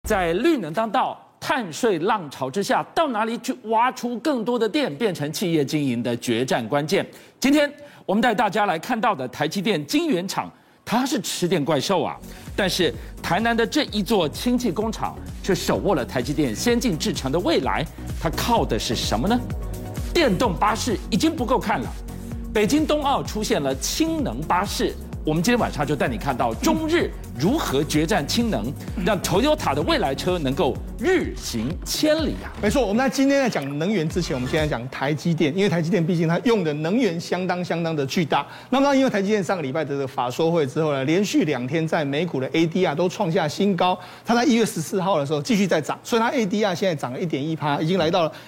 在绿能当道、碳税浪潮之下，到哪里去挖出更多的电，变成企业经营的决战关键。今天我们带大家来看到的台积电晶圆厂，它是吃电怪兽啊，但是台南的这一座氢气工厂却手握了台积电先进制程的未来，它靠的是什么呢？电动巴士已经不够看了，北京冬奥出现了氢能巴士。我们今天晚上就带你看到中日如何决战氢能，让 Toyota 的未来车能够日行千里啊！ 没错，我们在今天在讲能源之前，我们现在讲台积电，因为台积电毕竟它用的能源相当的巨大。那么因为台积电上个礼拜的这个法说会之后呢，连续2天在美股的 ADR 都创下新高。它在1月14号的时候继续在涨，所以它 ADR 现在涨了1.1%，已经来到了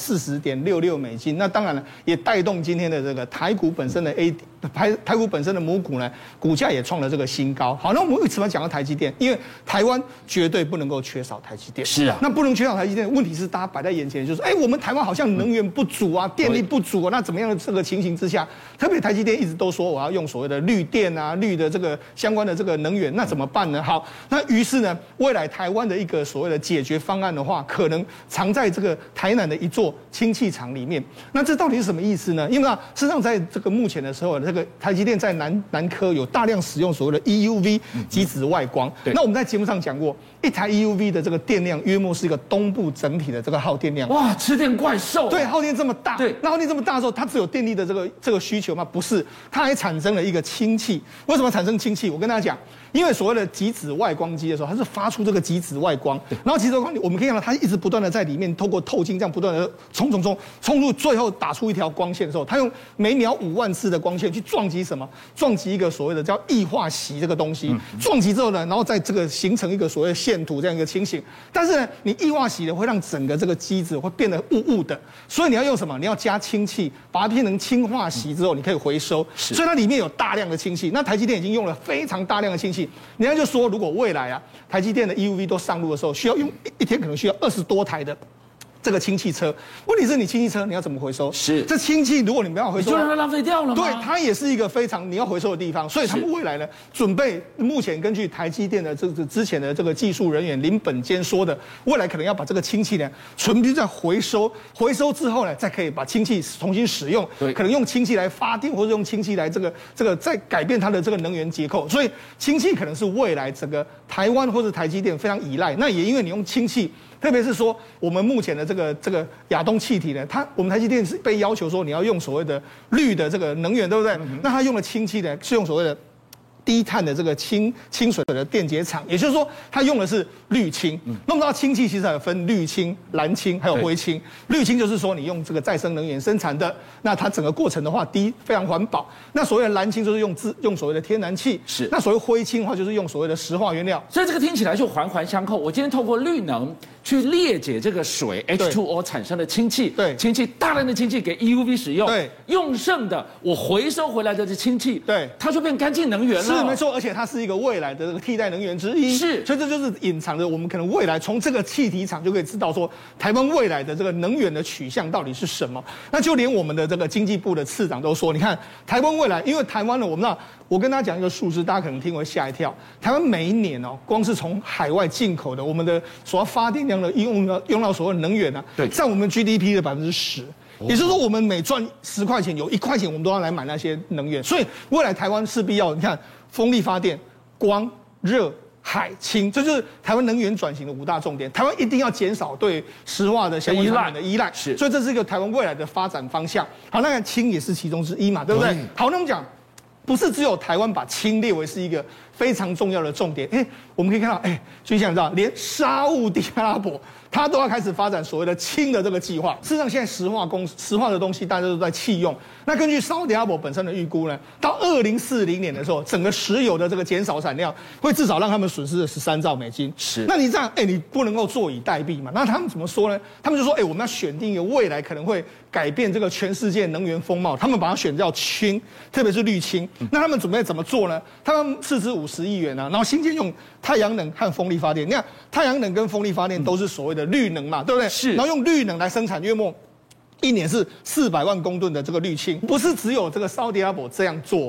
140.66美金。那当然了，也带动今天的这个台股本身的台股本身的母股呢，股价也创了这个新高。好，那我们为什么讲到台积电？因为台湾绝对不能够缺少台积电。 是啊， 那不能缺少台积电。问题是大家摆在眼前，就是我们台湾好像能源不足啊，电力不足啊。那怎么样的这个情形之下，特别台积电一直都说我要用所谓的绿电啊、绿的这个相关的这个能源，那怎么办呢？好，那于是呢，未来台湾的一个所谓的解决方案的话，可能藏在这个台南的一座氢气厂里面。那这到底是什么意思呢？因为呢，事实上在这个目前的时候，这个台积电在南科有大量使用所谓的 EUV 极紫外光。那我们在节目上讲过，一台 EUV 的这个电量约莫是一个东部整体的这个耗电量。 哇，吃电怪兽、啊！ 对，耗电这么大。对，那耗电这么大的时候，它只有电力的这个需求吗？不是，它还产生了一个氢气。为什么产生氢气？我跟大家讲，因为所谓的极紫外光机的时候，它是发出这个极紫外光，然后极紫外光我们可以看到它一直不断的在里面透过透镜这样不断的冲入，最后打出一条光线的时候，它用每秒5万次的光线去撞击什么？撞击一个所谓的叫液化锡这个东西。撞击之后呢，然后在这个形成一个所谓的线图这样一个情形。但是呢，你液化锡呢会让整个这个机子会变得雾的，所以你要用什么？你要加氢气，把它变成氢化锡之后，你可以回收。所以它里面有大量的氢气。那台积电已经用了非常大量的氢气。人家就说，如果未来啊，台积电的 EUV 都上路的时候，需要用一天可能需要20多台的这个氢气车。问题是你氢气车你要怎么回收？是这氢气，如果你没有回收， 你就让它浪费掉了吗？ 对，它也是一个非常你要回收的地方。所以他们未来呢，准备目前根据台积电的这个之前的这个技术人员林本坚说的，未来可能要把这个氢气呢纯粹再回收之后呢，再可以把氢气重新使用，可能用氢气来发电，或者用氢气来这个再改变它的这个能源结构。所以氢气可能是未来整个台湾或者台积电非常依赖。那也因为你用氢气。特别是说，我们目前的这个亚东气体呢，我们台积电是被要求说你要用所谓的绿的这个能源，对不对？那它用的氢气呢，是用所谓的低碳的这个清水的电解厂，也就是说，它用的是绿氢。那么到氢气其实还有分绿氢、蓝氢，还有灰氢。绿氢就是说你用这个再生能源生产的，那它整个过程的话非常环保。那所谓的蓝氢就是用所谓的天然气。是。那所谓灰氢的话，就是用所谓的石化原料。 所以这个听起来就环环相扣。我今天透过绿能去裂解这个水 H2O 产生的氢气，对，氢气大量的氢气给 EUV 使用，对，用剩的我回收回来的这氢气，对，它就变干净能源了。 是没错，而且它是一个未来的这个替代能源之一。是，所以这就是隐藏着我们可能未来从这个气体厂就可以知道说，台湾未来的这个能源的取向到底是什么。那就连我们的这个经济部的次长都说，你看台湾未来，因为台湾呢，我跟大家讲一个数字，大家可能听会吓一跳。台湾每一年光是从海外进口的我们的所要发电量的用到所谓的能源啊，对，占我们 GDP 的10%。也就是说，我们每赚10块钱，有1块钱我们都要来买那些能源。所以未来台湾势必要你看风力发电、光、热、海、氢，这就是台湾能源转型的5大重点。台湾一定要减少对石化的相关产品的依赖，是，所以这是一个台湾未来的发展方向。好，那氢也是其中之一嘛，对不对？好，那我们讲。不是只有台湾把氢列为是一个非常重要的重点，我们可以看到，就像你知道，连沙烏地阿拉伯它都要开始发展所谓的氢的这个计划。事实上，现在石化的东西大家都在弃用。那根据沙烏地阿拉伯本身的预估呢，到2040年的时候，整个石油的这个减少产量会至少让他们损失了13兆美金。是，那你这样，你不能够坐以待毙嘛？那他们怎么说呢？他们就说，我们要选定一个未来可能会改变这个全世界能源风貌，他们把它选叫氢，特别是绿氢。那他们准备怎么做呢？他们斥资50亿元啊，然后新建用太阳能和风力发电。你看，太阳能跟风力发电都是所谓的绿能嘛，对不对？是。然后用绿能来生产约莫1年是400万公吨的这个绿氢，不是只有这个沙烏地阿拉伯这样做。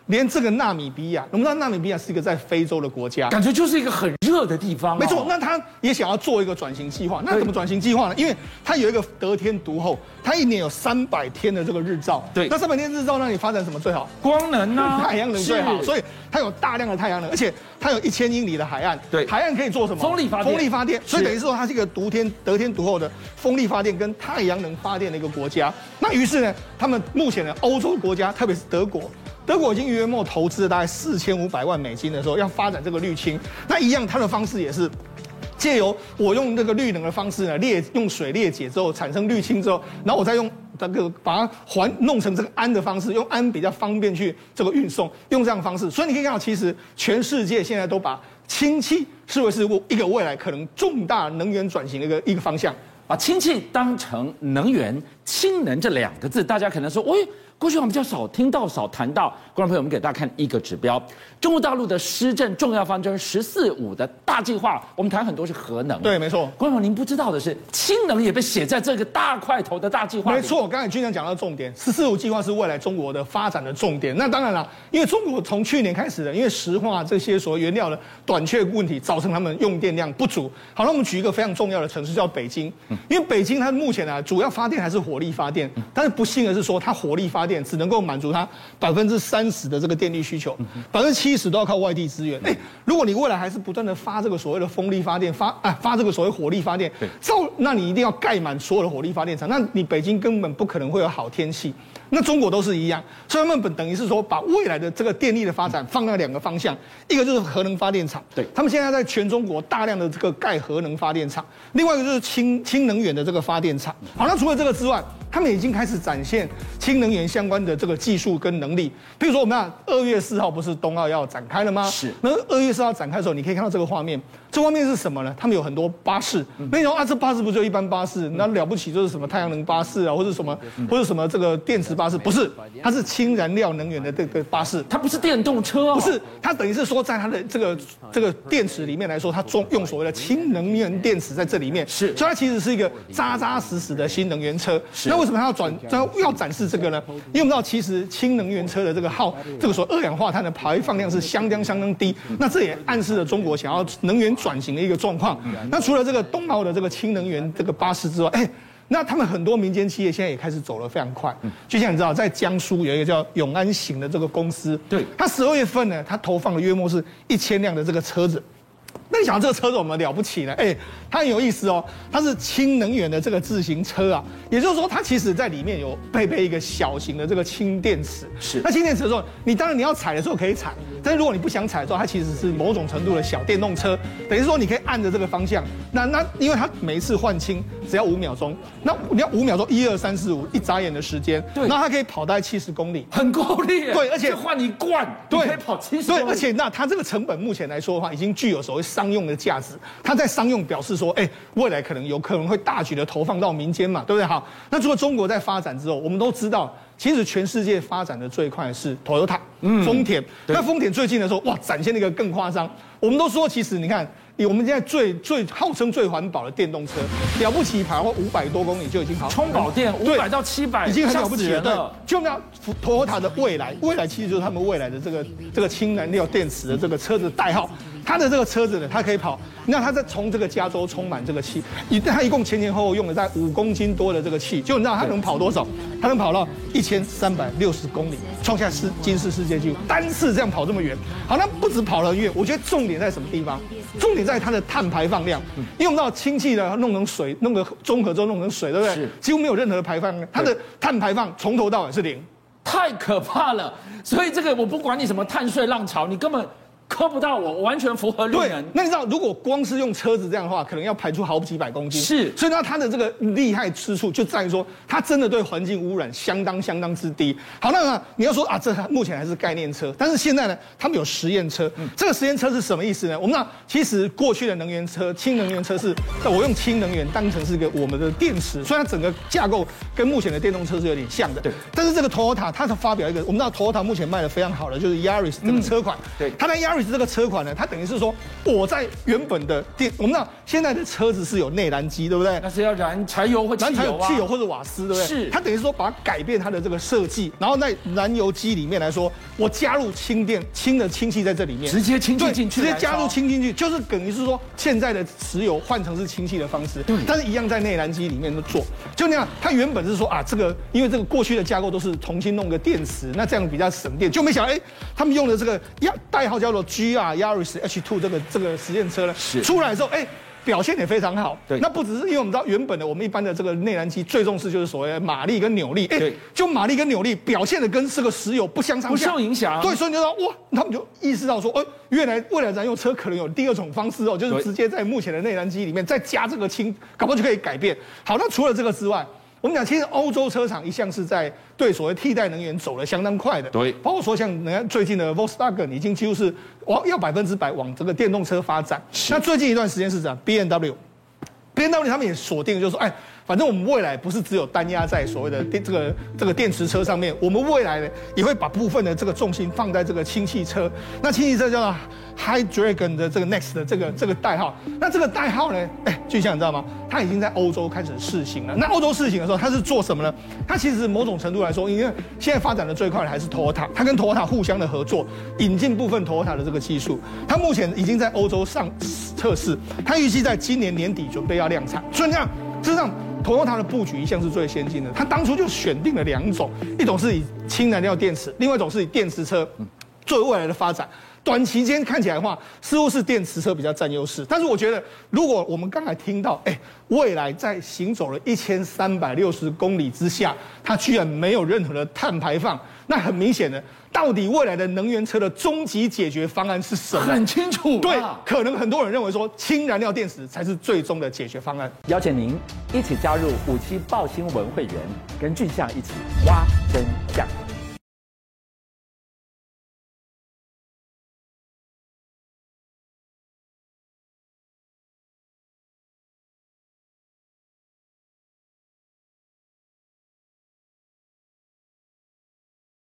连这个纳米比亚，我们知道纳米比亚是一个在非洲的国家， 感觉就是一个很热的地方。 没错，那他也想要做一个转型计划。那怎么转型计划呢？因为它有一个得天独厚，它一年有300天的这个日照。 对， 那300天日照，那你发展什么最好？ 光能啊， 太阳能最好。所以它有大量的太阳能，而且它有1000英里的海岸。 对， 海岸可以做什么？ 风力发电。 所以等于说它是一个得天独厚的风力发电跟太阳能发电的一个国家。那于是呢，他们目前的欧洲国家，特别是德国已经约莫投资了大概4500万美金的时候，要发展这个绿氢。那一样，它的方式也是借由我用这个绿能的方式呢，用水裂解之后产生绿氢之后，然后我再用这个把它弄成这个氨的方式，用氨比较方便去这个运送，用这样的方式。所以你可以看到，其实全世界现在都把氢气视为是一个未来可能重大能源转型的一个方向。 把氢气当成能源，氢能这2个字，大家可能说，过去我们比较少听到、少谈到。观众朋友，我们给大家看一个指标：中国大陆的施政重要方针“14·5”的大计划，我们谈很多是核能。 对，没错。 观众朋友，您不知道的是，氢能也被写在这个大块头的大计划里。 没错，刚才军长讲到重点，“14·5”计划是未来中国的发展的重点。那当然了，因为中国从去年开始的，因为石化这些所谓原料的短缺问题，造成他们用电量不足。好，那我们举一个非常重要的城市叫北京，因为北京它目前呢主要发电还是火力发电，但是不幸的是说它火力发电只能够满足它30%的这个电力需求，70%都要靠外地资源。如果你未来还是不断的发这个所谓的风力发电，发这个所谓火力发电，那你一定要盖满所有的火力发电厂，那你北京根本不可能会有好天气。那中国都是一样，所以他们等于是说把未来的这个电力的发展放在2个方向，一个就是核能发电厂， 对， 他们现在在全中国大量的这个盖核能发电厂，另外一个就是氢能源的这个发电厂。好，那除了这个之外，他们已经开始展现氢能源相关的这个技术跟能力。比如说，我们2月4号不是冬奥要展开了吗？ 是。 那2月4号展开的时候，你可以看到这个画面，这画面是什么呢？他们有很多巴士，那种这巴士不就一般巴士？那了不起就是什么太阳能巴士啊，或者什么这个电池巴士？不是，它是氢燃料能源的这个巴士， 它不是电动车哦。 不是，它等于是说在它的这个电池里面来说，它用所谓的氢能源电池在这里面， 是， 所以它其实是一个扎扎实实的新能源车。那为什么它要展示这个呢？因为我们知道，其实氢能源车的这个所二氧化碳的排放量是相当低，那这也暗示了中国想要能源转型的一个状况。那除了这个冬奥的这个氢能源这个巴士之外，那他们很多民间企业现在也开始走得非常快，就像你知道，在江苏有一个叫永安行的这个公司， 对， 它12月份呢，它投放了约莫是1000辆的这个车子。那你想这个车子有没有了不起呢？它很有意思哦，它是氢能源的这个自行车啊，也就是说它其实在里面有配备一个小型的这个氢电池。 是， 那氢电池的时候，当然你要踩的时候可以踩，但是如果你不想踩的时候，它其实是某种程度的小电动车，等于说你可以按着这个方向，那因为它每一次换氢只要5秒钟，那你要5秒钟1、2、3、4、5，一眨眼的时间，对，那它可以跑大概70公里， 很够力。 对，而且换一罐，对，可以跑70公里。 对，而且它这个成本目前来说的话，已经具有所谓商用的价值。它在商用表示说，未来可能会大举的投放到民间嘛，对不对？好，那除了中国在发展之后，我们都知道，其实全世界发展的最快是 Toyota，丰田。那丰田最近的时候，展现了一个更夸张。我们都说，其实你看，我们现在最号称最环保的电动车，了不起跑500多公里就已经跑。 充饱电500到700， 已经很了不起了。对，就那 Toyota 的未来其实就是他们未来的这个氢燃料电池的这个车子代号。它的这个车子呢，它可以跑，那它在从这个加州充满这个气，它一共前后用了在5公斤多的这个气，就你知道它能跑多少？它能跑到1360公里，创下金氏世界纪录，单次这样跑这么远。好，那不止跑了很远，我觉得重点在什么地方？重点在它的碳排放量，因为我们知道氢气呢弄成水，弄个中和之后弄成水，对不对？几乎没有任何的排放量，它的碳排放从头到尾是0， 太可怕了。所以这个我不管你什么碳税浪潮，你根本磕不到我完全符合绿能。 对，那你知道，如果光是用车子这样的话，可能要排出好几百公斤。 是， 所以它的这个厉害之处就在于说，它真的对环境污染相当之低。好，那你要说这目前还是概念车，但是现在呢，他们有实验车。这个实验车是什么意思呢？我们知道，其实过去的能源车，氢能源车是我用氢能源当成是我们的电池，所以它整个架构跟目前的电动车是有点像的。对。但是这个 Toyota 它发表一个，我们知道 Toyota 目前卖的非常好的就是 Yaris 这个车款。对。它在 Yaris Yaris 这个车款呢，它等于是说我在原本的我们知道现在的车子是有内燃机，对不对？ 那是要燃柴油或汽油啊， 汽油或者瓦斯，对不对？ 是。 它等于是说把它改变它的这个设计，然后在燃油机里面来说，我加入氢的氢气在这里面， 直接氢气进去， 直接加入氢进去，就是等于是说现在的石油换成是氢气的方式， 对， 但是一样在内燃机里面做，就那样。它原本是说啊，这个因为这个过去的架构都是重新弄个电池，那这样比较省电，就没想到他们用的这个代号叫做 GR Yaris H2 这个实验车呢，出来的时候表现也非常好。 对， 那不只是因为我们知道原本的我们一般的这个内燃机最重视就是所谓的马力跟扭力，就马力跟扭力表现的跟这个石油不相上下， 不受影响。 对，所以你就说哇，他们就意识到说，未来燃油车可能有第二种方式就是直接在目前的内燃机里面再加这个氢，搞不好就可以改变。好，那除了这个之外，我们讲其实欧洲车厂一向是在对所谓替代能源走得相当快的， 对， 包括说像人家最近的 Volkswagen 已经几乎是要100%往这个电动车发展。那最近一段时间是这样 ，BMW 他们也锁定就是说，反正我们未来不是只有单压在所谓的这个电池车上面，我们未来呢也会把部分的这个重心放在这个氢气车。那氢气车叫做 Hydrogen 的这个 Next 的这个代号。那这个代号呢，巨象你知道吗？它已经在欧洲开始试行了。那欧洲试行的时候，它是做什么呢？它其实某种程度来说，因为现在发展的最快的还是 Toyota， 它跟 Toyota 互相的合作，引进部分 Toyota 的这个技术。它目前已经在欧洲上测试，它预计在今年年底准备要量产。所以这样，事实上，Toyota 的布局一向是最先进的。它当初就选定了2种，一种是以氢燃料电池，另外一种是以电池车作为未来的发展。短期间看起来的话，似乎是电池车比较占优势。但是我觉得，如果我们刚才听到，未来在行走了1360公里之下，它居然没有任何的碳排放，那很明显的，到底未来的能源车的终极解决方案是什么？ 很清楚。 对，可能很多人认为说氢燃料电池才是最终的解决方案。 邀请您一起加入57爆新闻会员，跟俊相一起挖真相。